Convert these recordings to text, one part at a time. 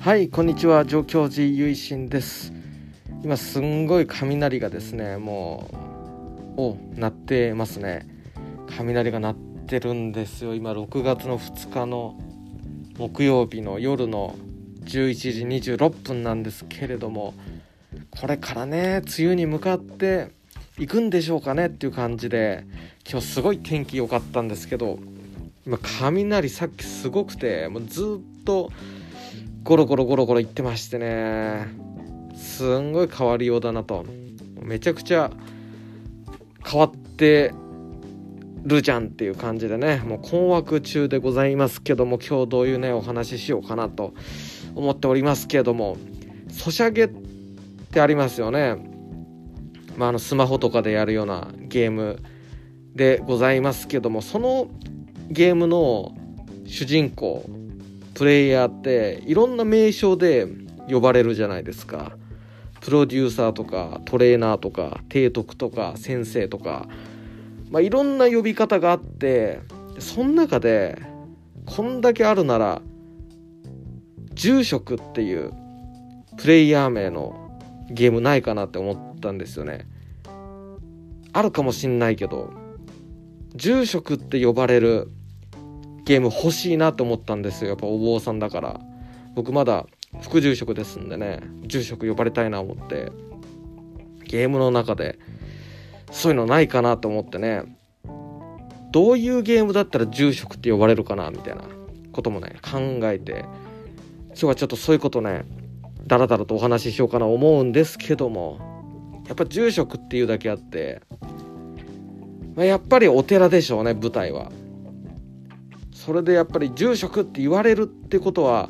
はい、こんにちは。上京寺ゆいしんです。今すんごい雷がですね、鳴ってますね。雷が鳴ってるんですよ。今6月の2日の木曜日の夜の11時26分なんですけれども、これからね、梅雨に向かっていくんでしょうかねっていう感じで、今日すごい天気良かったんですけど、今雷さっきすごくて、もうずっとゴロゴロ言ってましてね、すんごい変わりようだなと、めちゃくちゃ変わってるじゃんっていう感じでね、もう困惑中でございますけども、今日どういうねお話ししようかなと思っておりますけれども、ソシャゲってありますよね。スマホとかでやるようなゲームでございますけども、そのゲームの主人公プレイヤーっていろんな名称で呼ばれるじゃないですか。プロデューサーとかトレーナーとか提督とか先生とか、いろんな呼び方があって、その中でこんだけあるなら住職っていうプレイヤー名のゲームないかなって思ったんですよね。あるかもしんないけど、住職って呼ばれるゲーム欲しいなと思ったんですよ。やっぱお坊さんだから。僕まだ副住職ですんでね、住職呼ばれたいな思って、ゲームの中でそういうのないかなと思ってね、どういうゲームだったら住職って呼ばれるかなみたいなこともね考えて、今日はちょっとそういうことねだらだらとお話ししようかな思うんですけども、やっぱ住職っていうだけあって、やっぱりお寺でしょうね、舞台は。それでやっぱり住職って言われるってことは、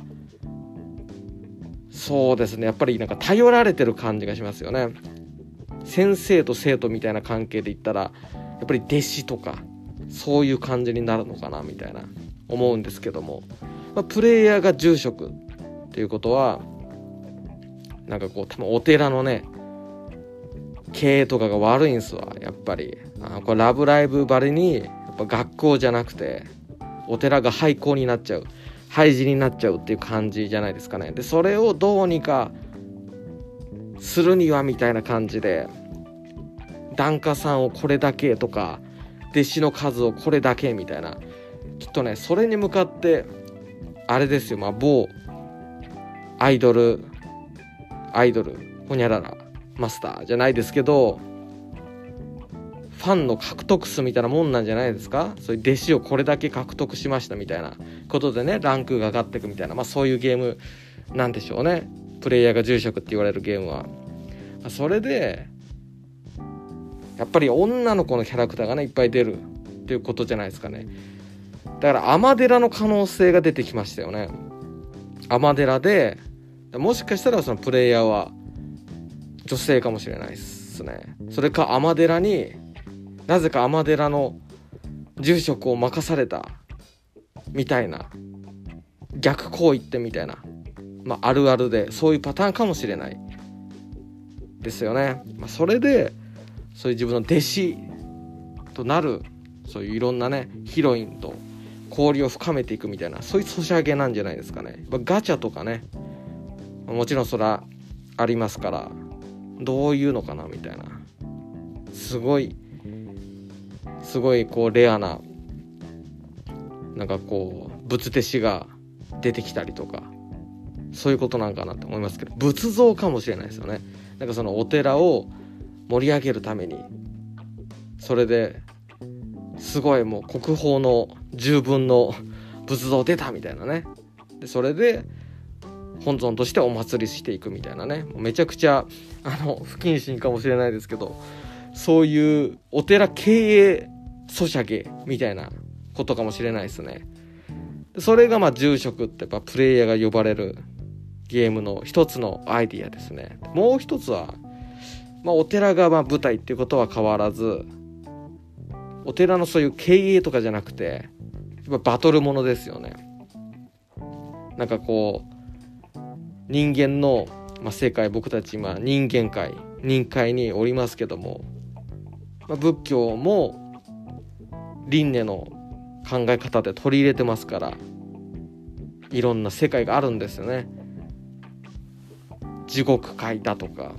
そうですね、やっぱりなんか頼られてる感じがしますよね。先生と生徒みたいな関係で言ったら、やっぱり弟子とかそういう感じになるのかなみたいな思うんですけども、プレイヤーが住職っていうことは、なんかこう多分お寺のね経営とかが悪いんすわ。やっぱりこれラブライブばりにやっぱ学校じゃなくてお寺が廃校になっちゃう、廃寺になっちゃうっていう感じじゃないですかね。でそれをどうにかするにはみたいな感じで、檀家さんをこれだけとか弟子の数をこれだけみたいな、きっとねそれに向かってあれですよ、某アイドルほにゃららマスターじゃないですけど、ファンの獲得数みたいなもんなんじゃないですか。そういう弟子をこれだけ獲得しましたみたいなことでね、ランクが上がっていくみたいな、そういうゲームなんでしょうね。プレイヤーが住職って言われるゲームは。それでやっぱり女の子のキャラクターがねいっぱい出るっていうことじゃないですかね。だからアマデラの可能性が出てきましたよね。アマデラでもしかしたらそのプレイヤーは女性かもしれないですね。それかアマデラになぜかアマデラの住職を任されたみたいな、逆行為ってみたいな、あるあるでそういうパターンかもしれないですよね。それでそういう自分の弟子となる、そういういろんなねヒロインと交流を深めていくみたいな、そういうソシャゲなんじゃないですかね。ガチャとかね、もちろんそらありますから、どういうのかなみたいな、すごいこうレアな、なんかこう仏弟子が出てきたりとか、そういうことなんかなと思いますけど、仏像かもしれないですよね。なんかそのお寺を盛り上げるために、それですごいもう国宝の10分の仏像出たみたいなね。でそれで本尊としてお祭りしていくみたいなね、めちゃくちゃ不謹慎かもしれないですけど、そういうお寺経営ソシャゲみたいなことかもしれないですね。それが住職ってやっぱプレイヤーが呼ばれるゲームの一つのアイディアですね。もう一つは、お寺が舞台っていうことは変わらず、お寺のそういう経営とかじゃなくてやっぱバトルものですよね。なんかこう人間の、世界、僕たち今人間界人界におりますけども、仏教も輪廻の考え方で取り入れてますから、いろんな世界があるんですよね。 地獄界だとか、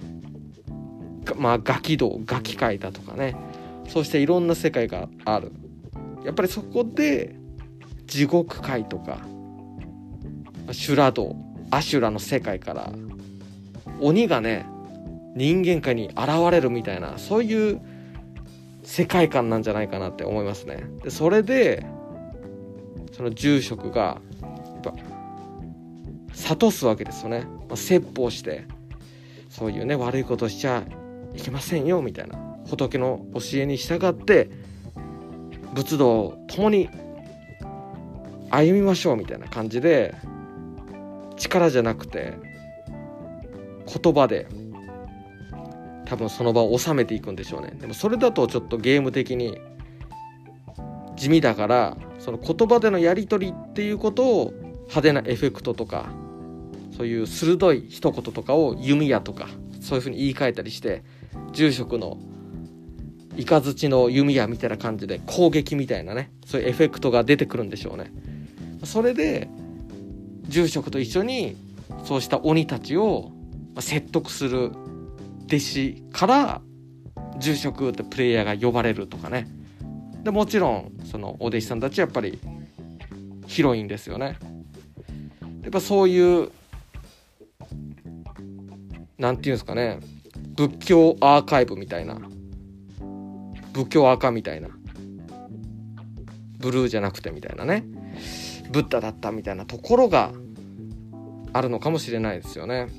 ガキ道ガキ界だとかね、そうしていろんな世界がある。やっぱりそこで地獄界とか修羅道、アシュラの世界から鬼がね人間界に現れるみたいな、そういう世界観なんじゃないかなって思いますね。でそれでその住職がやっぱ諭すわけですよね。説法してそういうね悪いことしちゃいけませんよみたいな、仏の教えに従って仏道を共に歩みましょうみたいな感じで、力じゃなくて言葉で多分その場を収めていくんでしょうね。でもそれだとちょっとゲーム的に地味だから、その言葉でのやり取りっていうことを派手なエフェクトとかそういう鋭い一言とかを弓矢とかそういう風に言い換えたりして、住職の雷の弓矢みたいな感じで攻撃みたいなね、そういうエフェクトが出てくるんでしょうね。それで住職と一緒にそうした鬼たちを説得する弟子から住職ってプレイヤーが呼ばれるとかね。でもちろんそのお弟子さんたちはやっぱりヒロインですよね。やっぱそういうなんていうんですかね、仏教アーカイブみたいな、仏教赤みたいな、ブルーじゃなくてみたいなね、ブッダだったみたいなところがあるのかもしれないですよね。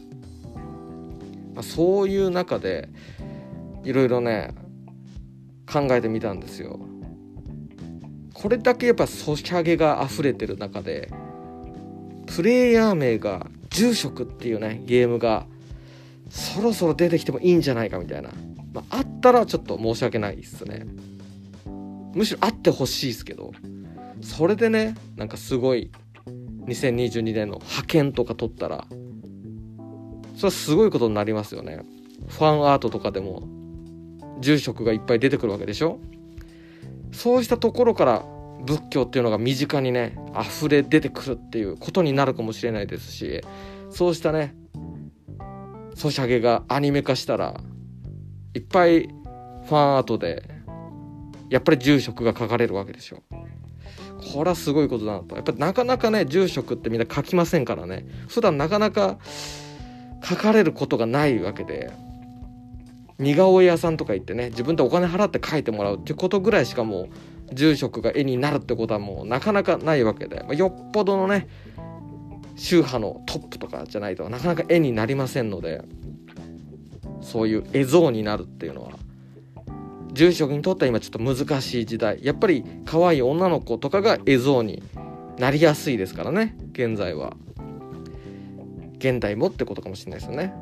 そういう中でいろいろね考えてみたんですよ。これだけやっぱソシャゲが溢れてる中で、プレイヤー名が住職っていうねゲームがそろそろ出てきてもいいんじゃないかみたいな、あったらちょっと申し訳ないですね。むしろあってほしいですけど、それでねなんかすごい2022年の派遣とか取ったらそれはすごいことになりますよね。ファンアートとかでも住職がいっぱい出てくるわけでしょ。そうしたところから仏教っていうのが身近にね溢れ出てくるっていうことになるかもしれないですし、そうしたねソシャゲがアニメ化したらいっぱいファンアートでやっぱり住職が書かれるわけでしょ。これはすごいことだなと。やっぱりなかなかね住職ってみんな書きませんからね、普段なかなか書かれることがないわけで、似顔絵屋さんとか行ってね自分でお金払って描いてもらうっていうことぐらいしかもう住職が絵になるってことはもうなかなかないわけで、よっぽどのね宗派のトップとかじゃないとなかなか絵になりませんので、そういう絵像になるっていうのは住職にとっては今ちょっと難しい時代。やっぱり可愛い女の子とかが絵像になりやすいですからね、現在は。現代もってことかもしれないですよね。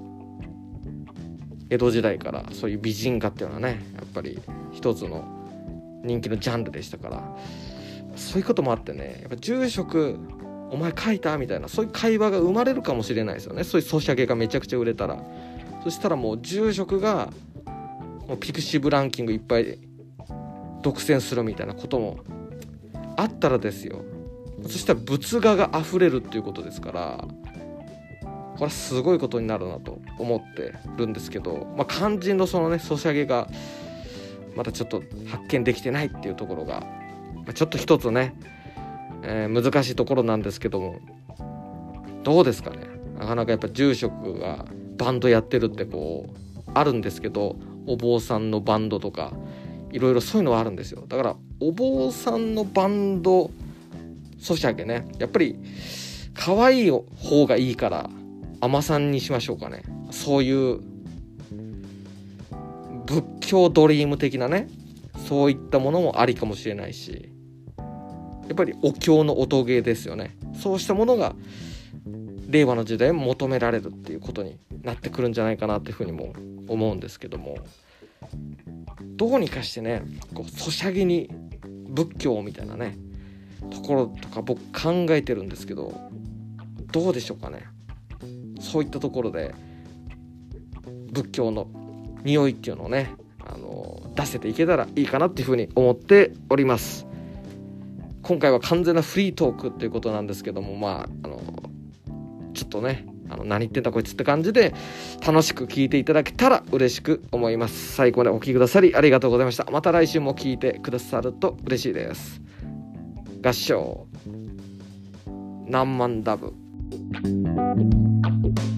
江戸時代からそういう美人画っていうのはねやっぱり一つの人気のジャンルでしたから、そういうこともあってね、やっぱ住職お前書いたみたいなそういう会話が生まれるかもしれないですよね。そういうソシャゲがめちゃくちゃ売れたら、そしたらもう住職がもうピクシブランキングいっぱい独占するみたいなこともあったらですよ、そしたら仏画が溢れるっていうことですから、これはすごいことになるなと思ってるんですけど、肝心のそのねソシャゲがまだちょっと発見できてないっていうところが、ちょっと一つね、難しいところなんですけども、どうですかね。なかなかやっぱ住職がバンドやってるってこうあるんですけど、お坊さんのバンドとかいろいろそういうのはあるんですよ。だからお坊さんのバンドソシャゲね、やっぱり可愛い方がいいから尼さんにしましょうかね。そういう仏教ドリーム的なね、そういったものもありかもしれないし、やっぱりお経の音ゲーですよね。そうしたものが令和の時代も求められるっていうことになってくるんじゃないかなっていうふうにも思うんですけども、どうにかしてねこうソシャゲに仏教みたいなねところとか僕考えてるんですけど、どうでしょうかね。そういったところで仏教の匂いっていうのをね出せていけたらいいかなっていうふうに思っております。今回は完全なフリートークっていうことなんですけども、ちょっとね何言ってんだこいつって感じで楽しく聞いていただけたら嬉しく思います。最後までお聞きくださりありがとうございました。また来週も聞いてくださると嬉しいです。合唱何万ダブ。